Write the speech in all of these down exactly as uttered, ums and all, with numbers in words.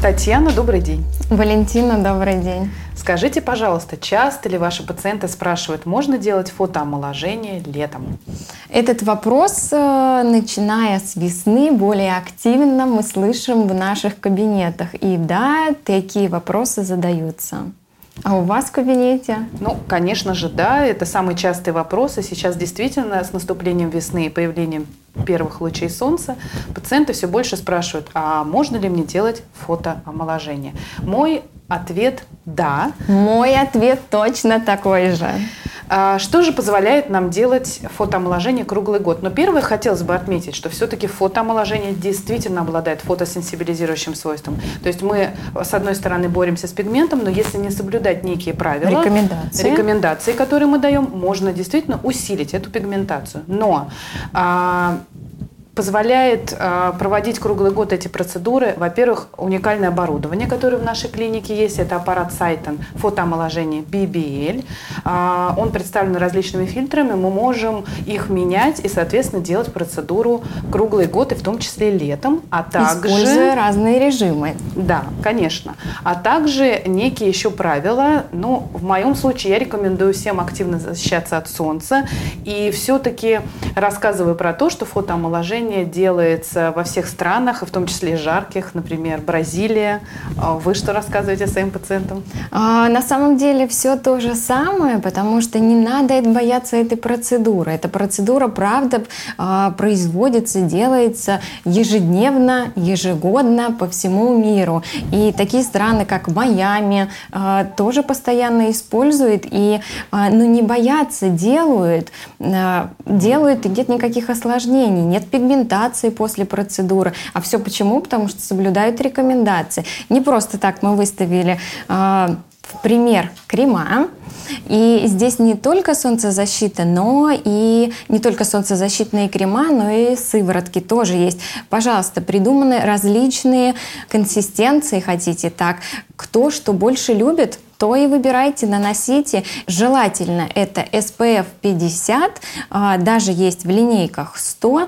Татьяна, добрый день. Валентина, добрый день. Скажите, пожалуйста, часто ли ваши пациенты спрашивают, можно делать фотоомоложение летом? Этот вопрос, начиная с весны, более активно мы слышим в наших кабинетах. И да, такие вопросы задаются. А у вас в кабинете? Ну, конечно же, да. Это самый частый вопрос. И сейчас действительно с наступлением весны и появлением первых лучей солнца пациенты все больше спрашивают, а можно ли мне делать фотоомоложение? Мой ответ – да. Мой ответ точно такой же. Что же позволяет нам делать фотоомоложение круглый год? Но первое, хотелось бы отметить, что все-таки фотоомоложение действительно обладает фотосенсибилизирующим свойством. То есть мы, с одной стороны, боремся с пигментом, но если не соблюдать некие правила, рекомендации, рекомендации которые мы даем, можно действительно усилить эту пигментацию. Но а, позволяет а, проводить круглый год эти процедуры, во-первых, уникальное оборудование, которое в нашей клинике есть, это аппарат Сайтон фотоомоложение би би эл. А, он представлен различными фильтрами, мы можем их менять и, соответственно, делать процедуру круглый год, и в том числе летом, а также… Используя разные режимы. Да, конечно. А также некие еще правила. Ну, в моем случае я рекомендую всем активно защищаться от солнца, и все-таки рассказываю про то, что фотоомоложение делается во всех странах, и в том числе жарких, например, Бразилия. Вы что рассказываете своим пациентам? А, на самом деле все то же самое, потому что не надо бояться этой процедуры. Эта процедура, правда, производится, делается ежедневно, ежегодно по всему миру. И такие страны, как Майами, тоже постоянно используют и ну, не боятся, делают, делают, и нет никаких осложнений, нет пигментации после процедуры. А все почему? Потому что соблюдают рекомендации. Не просто так мы выставили э, в пример крема. И здесь не только солнцезащита, но и не только солнцезащитные крема, но и сыворотки тоже есть. Пожалуйста, придуманы различные консистенции, хотите так. Кто что больше любит, то и выбирайте, наносите. Желательно это эс пэ эф пятьдесят, даже есть в линейках сто,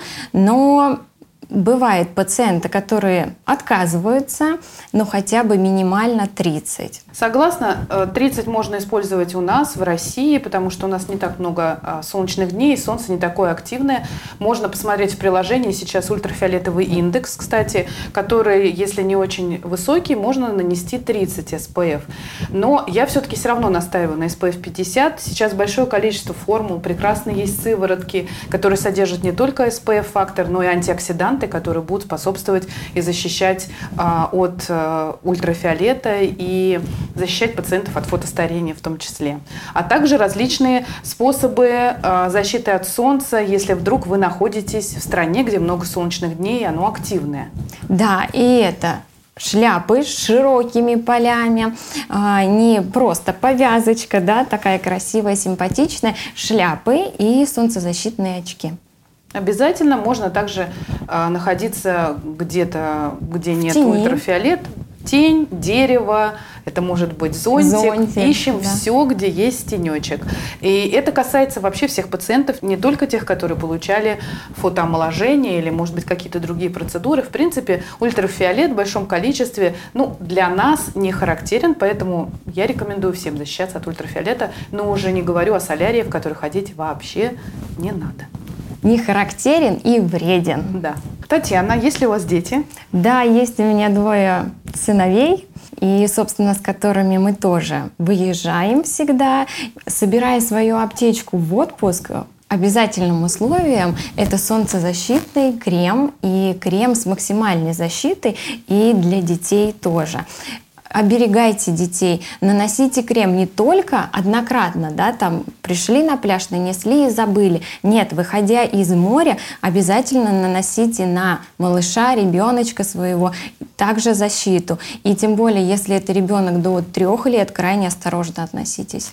но бывают пациенты, которые отказываются, но хотя бы минимально тридцать. Согласна, тридцать можно использовать у нас в России, потому что у нас не так много солнечных дней, солнце не такое активное. Можно посмотреть в приложении сейчас ультрафиолетовый индекс, кстати, который, если не очень высокий, можно нанести тридцать эс пэ эф. Но я все-таки все равно настаиваю на эс пэ эф пятьдесят. Сейчас большое количество формул, прекрасно есть сыворотки, которые содержат не только эс пэ эф-фактор, но и антиоксиданты, которые будут способствовать и защищать а, от а, ультрафиолета и защищать пациентов от фотостарения в том числе. А также различные способы а, защиты от солнца, если вдруг вы находитесь в стране, где много солнечных дней, и оно активное. Да, и это шляпы с широкими полями, а, не просто повязочка, да, такая красивая, симпатичная, шляпы и солнцезащитные очки. Обязательно можно также э, находиться где-то, где нет тени. Ультрафиолета, тень, дерево, это может быть зонтик. Зонтик, Ищем да. все, где есть тенечек. И это касается вообще всех пациентов, не только тех, которые получали фотоомоложение или, может быть, какие-то другие процедуры. В принципе, ультрафиолет в большом количестве, ну, для нас не характерен, поэтому я рекомендую всем защищаться от ультрафиолета, но уже не говорю о солярии, в который ходить вообще не надо. Не характерен и вреден. Да. Татьяна, есть ли у вас дети? Да, есть у меня двое сыновей, и, собственно, с которыми мы тоже выезжаем всегда. Собирая свою аптечку в отпуск, обязательным условием это солнцезащитный крем и крем с максимальной защитой, и для детей тоже. Оберегайте детей, наносите крем не только однократно, да, там пришли на пляж, нанесли и забыли. Нет, выходя из моря, обязательно наносите на малыша, ребеночка своего также защиту. И тем более, если это ребенок до трех лет, крайне осторожно относитесь.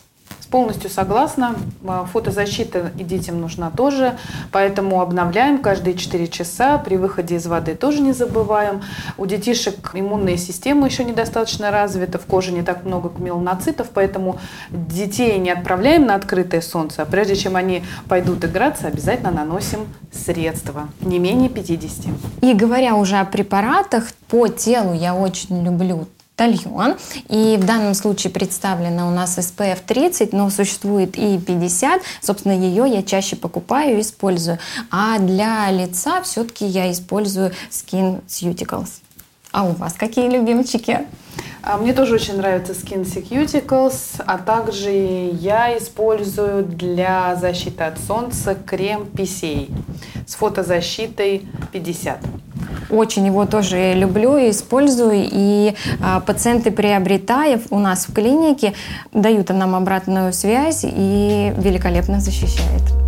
Полностью согласна. Фотозащита и детям нужна тоже, поэтому обновляем каждые четыре часа. При выходе из воды тоже не забываем. У детишек иммунная система еще недостаточно развита, в коже не так много меланоцитов, поэтому детей не отправляем на открытое солнце, а прежде чем они пойдут играться, обязательно наносим средства, не менее пятидесяти. И говоря уже о препаратах, по телу я очень люблю Тальон. И в данном случае представлена у нас эс пэ эф тридцать, но существует и пятьдесят. Собственно, ее я чаще покупаю и использую. А для лица все-таки я использую SkinCeuticals. А у вас какие любимчики? Мне тоже очень нравится SkinCeuticals, а также я использую для защиты от солнца крем пи си эй с фотозащитой пятьдесят. Очень его тоже люблю и использую, и а, пациенты, приобретая у нас в клинике, дают нам обратную связь и великолепно защищает.